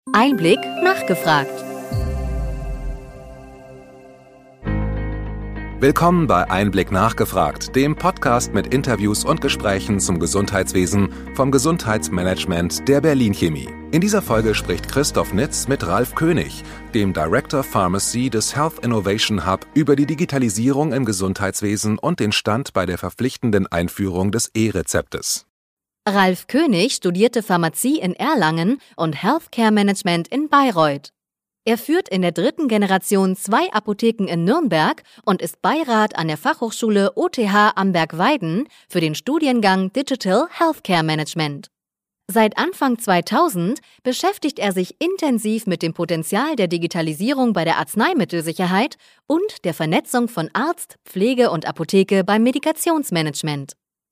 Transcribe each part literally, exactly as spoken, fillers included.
Einblick nachgefragt. Willkommen bei Einblick nachgefragt, dem Podcast mit Interviews und Gesprächen zum Gesundheitswesen vom Gesundheitsmanagement der Berlin Chemie. In dieser Folge spricht Christoph Nitz mit Ralf König, dem Director Pharmacy des Health Innovation Hub, über die Digitalisierung im Gesundheitswesen und den Stand bei der verpflichtenden Einführung des E-Rezeptes. Ralf König studierte Pharmazie in Erlangen und Healthcare Management in Bayreuth. Er führt in der dritten Generation zwei Apotheken in Nürnberg und ist Beirat an der Fachhochschule O T H Amberg-Weiden für den Studiengang Digital Healthcare Management. Seit Anfang zweitausend beschäftigt er sich intensiv mit dem Potenzial der Digitalisierung bei der Arzneimittelsicherheit und der Vernetzung von Arzt, Pflege und Apotheke beim Medikationsmanagement.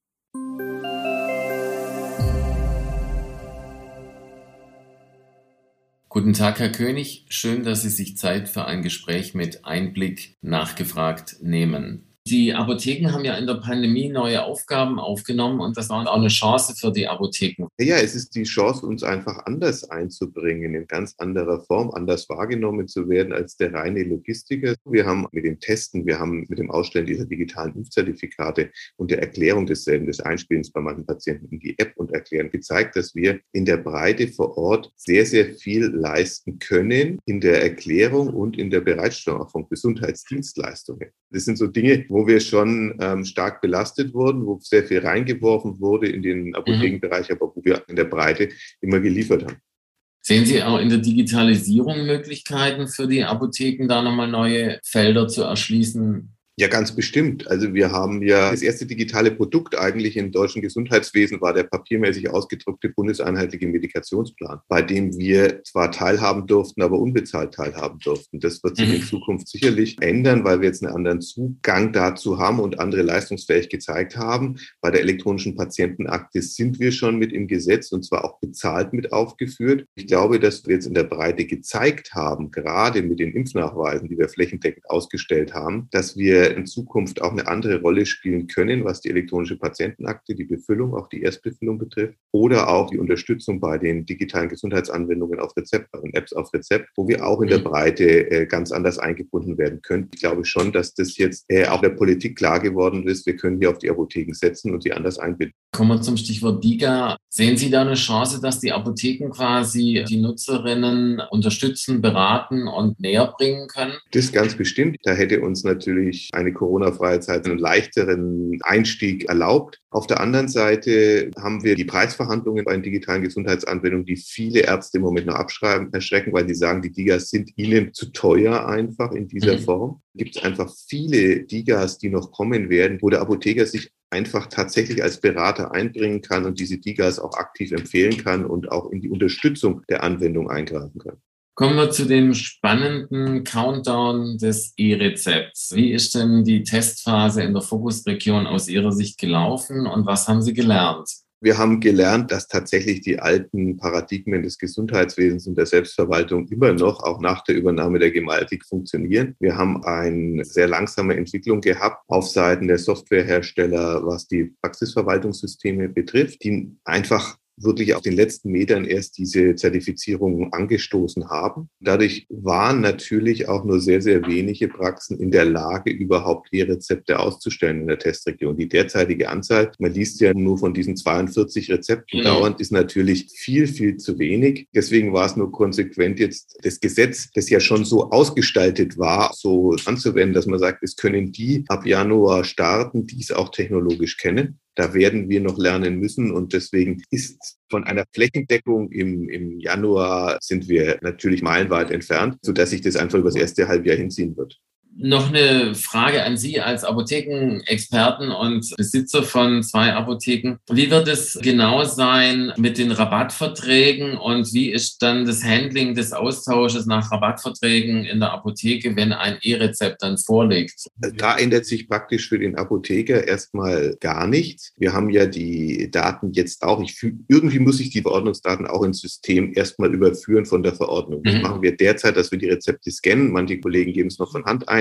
Guten Tag, Herr König. Schön, dass Sie sich Zeit für ein Gespräch mit Einblick nachgefragt nehmen. Die Apotheken haben ja in der Pandemie neue Aufgaben aufgenommen und das war auch eine Chance für die Apotheken. Ja, es ist die Chance, uns einfach anders einzubringen, in ganz anderer Form, anders wahrgenommen zu werden als der reine Logistiker. Wir haben mit dem Testen, wir haben mit dem Ausstellen dieser digitalen Impfzertifikate und der Erklärung desselben, des Einspielens bei manchen Patienten in die App und Erklären gezeigt, dass wir in der Breite vor Ort sehr, sehr viel leisten können in der Erklärung und in der Bereitstellung auch von Gesundheitsdienstleistungen. Das sind so Dinge, wo wir schon ähm, stark belastet wurden, wo sehr viel reingeworfen wurde in den Apothekenbereich, aber wo wir in der Breite immer geliefert haben. Sehen Sie auch in der Digitalisierung Möglichkeiten für die Apotheken, da nochmal neue Felder zu erschließen? Ja, ganz bestimmt. Also wir haben ja das erste digitale Produkt eigentlich im deutschen Gesundheitswesen war der papiermäßig ausgedruckte bundeseinheitliche Medikationsplan, bei dem wir zwar teilhaben durften, aber unbezahlt teilhaben durften. Das wird sich mhm. in Zukunft sicherlich ändern, weil wir jetzt einen anderen Zugang dazu haben und andere leistungsfähig gezeigt haben. Bei der elektronischen Patientenakte sind wir schon mit im Gesetz und zwar auch bezahlt mit aufgeführt. Ich glaube, dass wir jetzt in der Breite gezeigt haben, gerade mit den Impfnachweisen, die wir flächendeckend ausgestellt haben, dass wir in Zukunft auch eine andere Rolle spielen können, was die elektronische Patientenakte, die Befüllung, auch die Erstbefüllung betrifft oder auch die Unterstützung bei den digitalen Gesundheitsanwendungen auf Rezept, bei den Apps auf Rezept, wo wir auch in der Breite äh, ganz anders eingebunden werden können. Ich glaube schon, dass das jetzt äh, auch der Politik klar geworden ist. Wir können hier auf die Apotheken setzen und sie anders einbinden. Kommen wir zum Stichwort DiGA. Sehen Sie da eine Chance, dass die Apotheken quasi die Nutzerinnen unterstützen, beraten und näher bringen können? Das ganz bestimmt. Da hätte uns natürlich eine Corona-freie Zeit einen leichteren Einstieg erlaubt. Auf der anderen Seite haben wir die Preisverhandlungen bei den digitalen Gesundheitsanwendungen, die viele Ärzte im Moment noch abschreiben, erschrecken, weil sie sagen, die DiGAs sind ihnen zu teuer einfach in dieser mhm. Form. Es gibt einfach viele DiGAs, die noch kommen werden, wo der Apotheker sich einfach tatsächlich als Berater einbringen kann und diese DiGAs auch aktiv empfehlen kann und auch in die Unterstützung der Anwendung eingreifen kann. Kommen wir zu dem spannenden Countdown des E-Rezepts. Wie ist denn die Testphase in der Fokusregion aus Ihrer Sicht gelaufen und was haben Sie gelernt? Wir haben gelernt, dass tatsächlich die alten Paradigmen des Gesundheitswesens und der Selbstverwaltung immer noch, auch nach der Übernahme der Gematik, funktionieren. Wir haben eine sehr langsame Entwicklung gehabt auf Seiten der Softwarehersteller, was die Praxisverwaltungssysteme betrifft, die einfach wirklich auf den letzten Metern erst diese Zertifizierung angestoßen haben. Dadurch waren natürlich auch nur sehr, sehr wenige Praxen in der Lage, überhaupt E-Rezepte auszustellen in der Testregion. Die derzeitige Anzahl, man liest ja nur von diesen zweiundvierzig Rezepten mhm. dauernd, ist natürlich viel, viel zu wenig. Deswegen war es nur konsequent, jetzt das Gesetz, das ja schon so ausgestaltet war, so anzuwenden, dass man sagt, es können die ab Januar starten, die es auch technologisch kennen. Da werden wir noch lernen müssen und deswegen ist von einer Flächendeckung im, im Januar sind wir natürlich meilenweit entfernt, sodass sich das einfach über das erste Halbjahr hinziehen wird. Noch eine Frage an Sie als Apothekenexperten und Besitzer von zwei Apotheken. Wie wird es genau sein mit den Rabattverträgen und wie ist dann das Handling des Austausches nach Rabattverträgen in der Apotheke, wenn ein E-Rezept dann vorliegt? Da ändert sich praktisch für den Apotheker erstmal gar nichts. Wir haben ja die Daten jetzt auch. Ich fühl, irgendwie muss ich die Verordnungsdaten auch ins System erstmal überführen von der Verordnung. Das mhm. machen wir derzeit, dass wir die Rezepte scannen. Manche Kollegen geben es noch von Hand ein.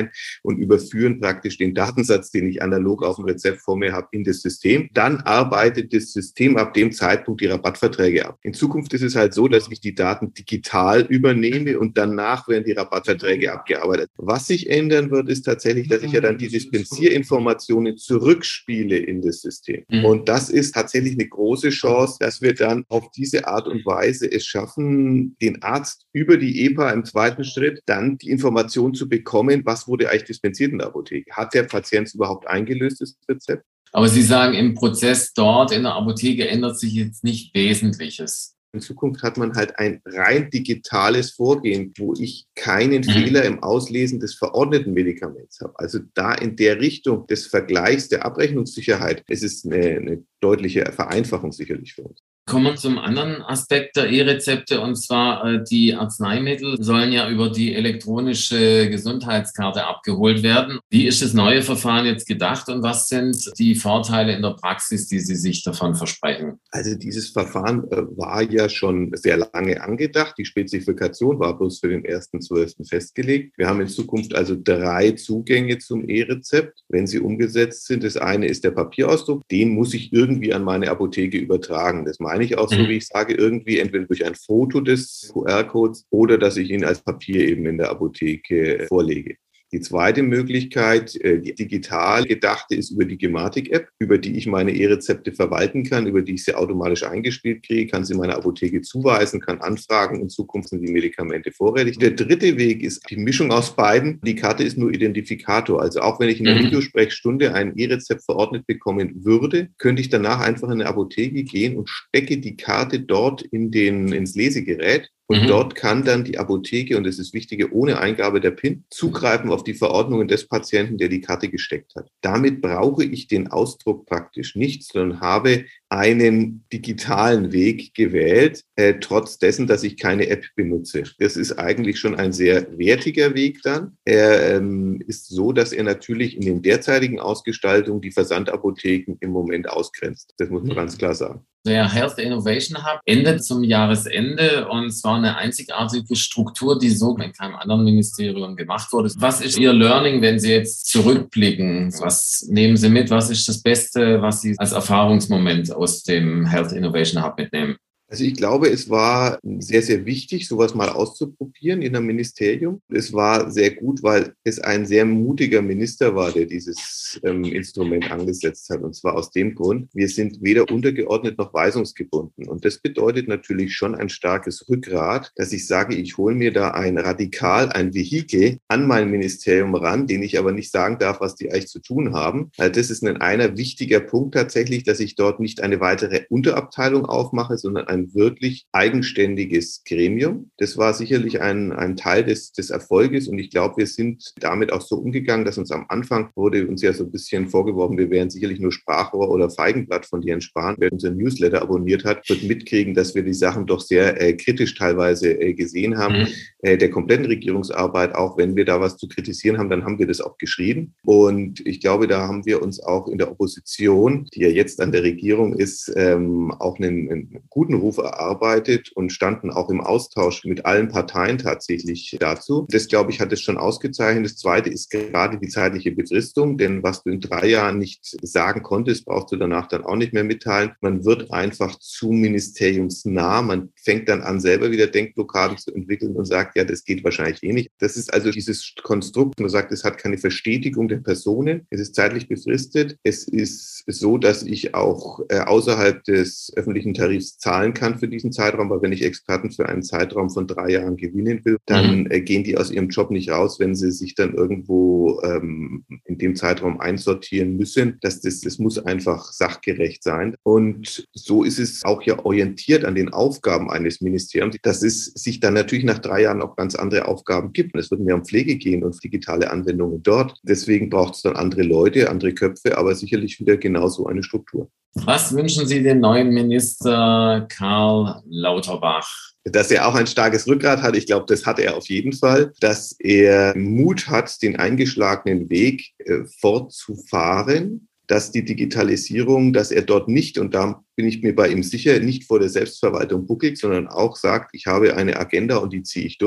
ein und überführen praktisch den Datensatz, den ich analog auf dem Rezept vor mir habe, in das System. Dann arbeitet das System ab dem Zeitpunkt die Rabattverträge ab. In Zukunft ist es halt so, dass ich die Daten digital übernehme und danach werden die Rabattverträge abgearbeitet. Was sich ändern wird, ist tatsächlich, dass ich ja dann die Dispensierinformationen zurückspiele in das System. Mhm. Und das ist tatsächlich eine große Chance, dass wir dann auf diese Art und Weise es schaffen, den Arzt über die E P A im zweiten Schritt dann die Information zu bekommen, was wurde eigentlich dispensiert in der Apotheke. Hat der Patient überhaupt eingelöst, das Rezept? Aber Sie sagen, im Prozess dort in der Apotheke ändert sich jetzt nicht Wesentliches. In Zukunft hat man halt ein rein digitales Vorgehen, wo ich keinen mhm. Fehler im Auslesen des verordneten Medikaments habe. Also da in der Richtung des Vergleichs der Abrechnungssicherheit, es ist eine, eine deutliche Vereinfachung sicherlich für uns. Kommen wir zum anderen Aspekt der E-Rezepte, und zwar die Arzneimittel sollen ja über die elektronische Gesundheitskarte abgeholt werden. Wie ist das neue Verfahren jetzt gedacht und was sind die Vorteile in der Praxis, die Sie sich davon versprechen? Also dieses Verfahren war ja schon sehr lange angedacht. Die Spezifikation war bloß für den ersten zwölften festgelegt. Wir haben in Zukunft also drei Zugänge zum E-Rezept, wenn sie umgesetzt sind. Das eine ist der Papierausdruck, den muss ich irgendwie an meine Apotheke übertragen. Das meine ich auch so, wie ich sage, irgendwie entweder durch ein Foto des Q R-Codes oder dass ich ihn als Papier eben in der Apotheke vorlege. Die zweite Möglichkeit, die digital gedachte, ist über die Gematik-App, über die ich meine E-Rezepte verwalten kann, über die ich sie automatisch eingespielt kriege, kann sie meiner Apotheke zuweisen, kann anfragen, in Zukunft sind die Medikamente vorrätig. Der dritte Weg ist die Mischung aus beiden. Die Karte ist nur Identifikator. Also auch wenn ich in der Videosprechstunde ein E-Rezept verordnet bekommen würde, könnte ich danach einfach in eine Apotheke gehen und stecke die Karte dort in den, ins Lesegerät. Und mhm. dort kann dann die Apotheke, und das ist wichtig, ohne Eingabe der PIN, zugreifen auf die Verordnungen des Patienten, der die Karte gesteckt hat. Damit brauche ich den Ausdruck praktisch nicht, sondern habe einen digitalen Weg gewählt, äh, trotz dessen, dass ich keine App benutze. Das ist eigentlich schon ein sehr wertiger Weg dann. Er ähm, ist so, dass er natürlich in den derzeitigen Ausgestaltungen die Versandapotheken im Moment ausgrenzt. Das muss man mhm. ganz klar sagen. Der Health Innovation Hub endet zum Jahresende und zwar eine einzigartige Struktur, die so in keinem anderen Ministerium gemacht wurde. Was ist Ihr Learning, wenn Sie jetzt zurückblicken? Was nehmen Sie mit? Was ist das Beste, was Sie als Erfahrungsmoment aus dem Health Innovation Hub mitnehmen? Also ich glaube, es war sehr, sehr wichtig, sowas mal auszuprobieren in einem Ministerium. Es war sehr gut, weil es ein sehr mutiger Minister war, der dieses ähm, Instrument angesetzt hat. Und zwar aus dem Grund, wir sind weder untergeordnet noch weisungsgebunden. Und das bedeutet natürlich schon ein starkes Rückgrat, dass ich sage, ich hole mir da ein Radikal, ein Vehikel an mein Ministerium ran, den ich aber nicht sagen darf, was die eigentlich zu tun haben. Also das ist ein einer wichtiger Punkt tatsächlich, dass ich dort nicht eine weitere Unterabteilung aufmache, sondern ein wirklich eigenständiges Gremium. Das war sicherlich ein, ein Teil des, des Erfolges und ich glaube, wir sind damit auch so umgegangen, dass uns am Anfang wurde uns ja so ein bisschen vorgeworfen, wir wären sicherlich nur Sprachrohr oder Feigenblatt von Jens Spahn. Wer unseren Newsletter abonniert hat, wird mitkriegen, dass wir die Sachen doch sehr äh, kritisch teilweise äh, gesehen haben. Mhm. Äh, der kompletten Regierungsarbeit, auch wenn wir da was zu kritisieren haben, dann haben wir das auch geschrieben. Und ich glaube, da haben wir uns auch in der Opposition, die ja jetzt an der Regierung ist, ähm, auch einen, einen guten Ruf erarbeitet und standen auch im Austausch mit allen Parteien tatsächlich dazu. Das, glaube ich, hat es schon ausgezeichnet. Das Zweite ist gerade die zeitliche Befristung, denn was du in drei Jahren nicht sagen konntest, brauchst du danach dann auch nicht mehr mitteilen. Man wird einfach zu ministeriumsnah. Man fängt dann an, selber wieder Denkblockaden zu entwickeln und sagt, ja, das geht wahrscheinlich eh nicht. Das ist also dieses Konstrukt, man sagt, es hat keine Verstetigung der Personen. Es ist zeitlich befristet. Es ist so, dass ich auch äh, außerhalb des öffentlichen Tarifs zahlen kann für diesen Zeitraum, weil wenn ich Experten für einen Zeitraum von drei Jahren gewinnen will, dann mhm. äh, gehen die aus ihrem Job nicht raus, wenn sie sich dann irgendwo ähm, in dem Zeitraum einsortieren müssen. Das, das, das muss einfach sachgerecht sein. Und so ist es auch ja orientiert an den Aufgaben eines Ministeriums, dass es sich dann natürlich nach drei Jahren auch ganz andere Aufgaben gibt. Es wird mehr um Pflege gehen und digitale Anwendungen dort. Deswegen braucht es dann andere Leute, andere Köpfe, aber sicherlich wieder genauso eine Struktur. Was wünschen Sie dem neuen Minister Karl Lauterbach? Dass er auch ein starkes Rückgrat hat, ich glaube, das hat er auf jeden Fall. Dass er Mut hat, den eingeschlagenen Weg äh, fortzufahren. Dass die Digitalisierung, dass er dort nicht, und da bin ich mir bei ihm sicher, nicht vor der Selbstverwaltung buckelt, sondern auch sagt, ich habe eine Agenda und die ziehe ich durch.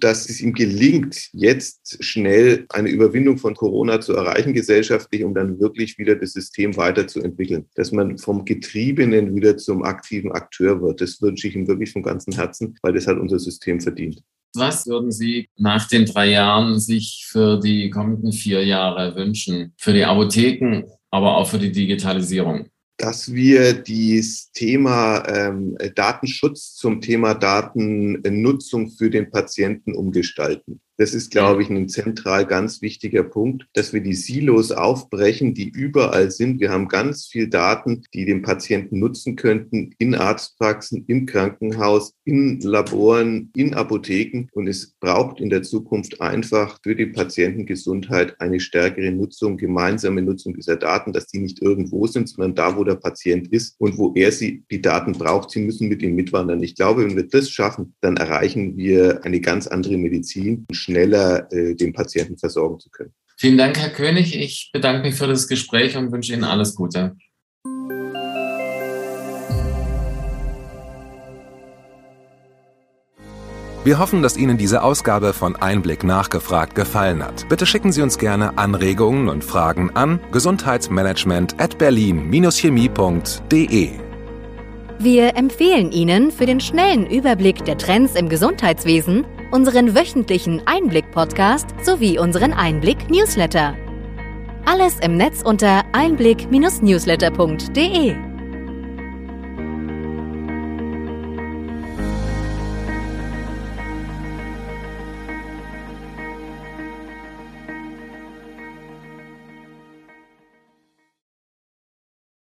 dass es ihm gelingt, jetzt schnell eine Überwindung von Corona zu erreichen gesellschaftlich, um dann wirklich wieder das System weiterzuentwickeln. Dass man vom Getriebenen wieder zum aktiven Akteur wird. Das wünsche ich ihm wirklich von ganzem Herzen, weil das hat unser System verdient. Was würden Sie nach den drei Jahren sich für die kommenden vier Jahre wünschen? Für die Apotheken, aber auch für die Digitalisierung? Dass wir das Thema ähm, Datenschutz zum Thema Datennutzung für den Patienten umgestalten. Das ist, glaube ich, ein zentral ganz wichtiger Punkt, dass wir die Silos aufbrechen, die überall sind. Wir haben ganz viel Daten, die den Patienten nutzen könnten, in Arztpraxen, im Krankenhaus, in Laboren, in Apotheken. Und es braucht in der Zukunft einfach für die Patientengesundheit eine stärkere Nutzung, gemeinsame Nutzung dieser Daten, dass die nicht irgendwo sind, sondern da, wo der Patient ist und wo er sie, die Daten braucht. Sie müssen mit ihm mitwandern. Ich glaube, wenn wir das schaffen, dann erreichen wir eine ganz andere Medizin, schneller äh, den Patienten versorgen zu können. Vielen Dank, Herr König. Ich bedanke mich für das Gespräch und wünsche Ihnen alles Gute. Wir hoffen, dass Ihnen diese Ausgabe von Einblick nachgefragt gefallen hat. Bitte schicken Sie uns gerne Anregungen und Fragen an gesundheitsmanagement at berlin chemie punkt de. Wir empfehlen Ihnen für den schnellen Überblick der Trends im Gesundheitswesen unseren wöchentlichen Einblick-Podcast sowie unseren Einblick-Newsletter. Alles im Netz unter einblick Bindestrich newsletter punkt de.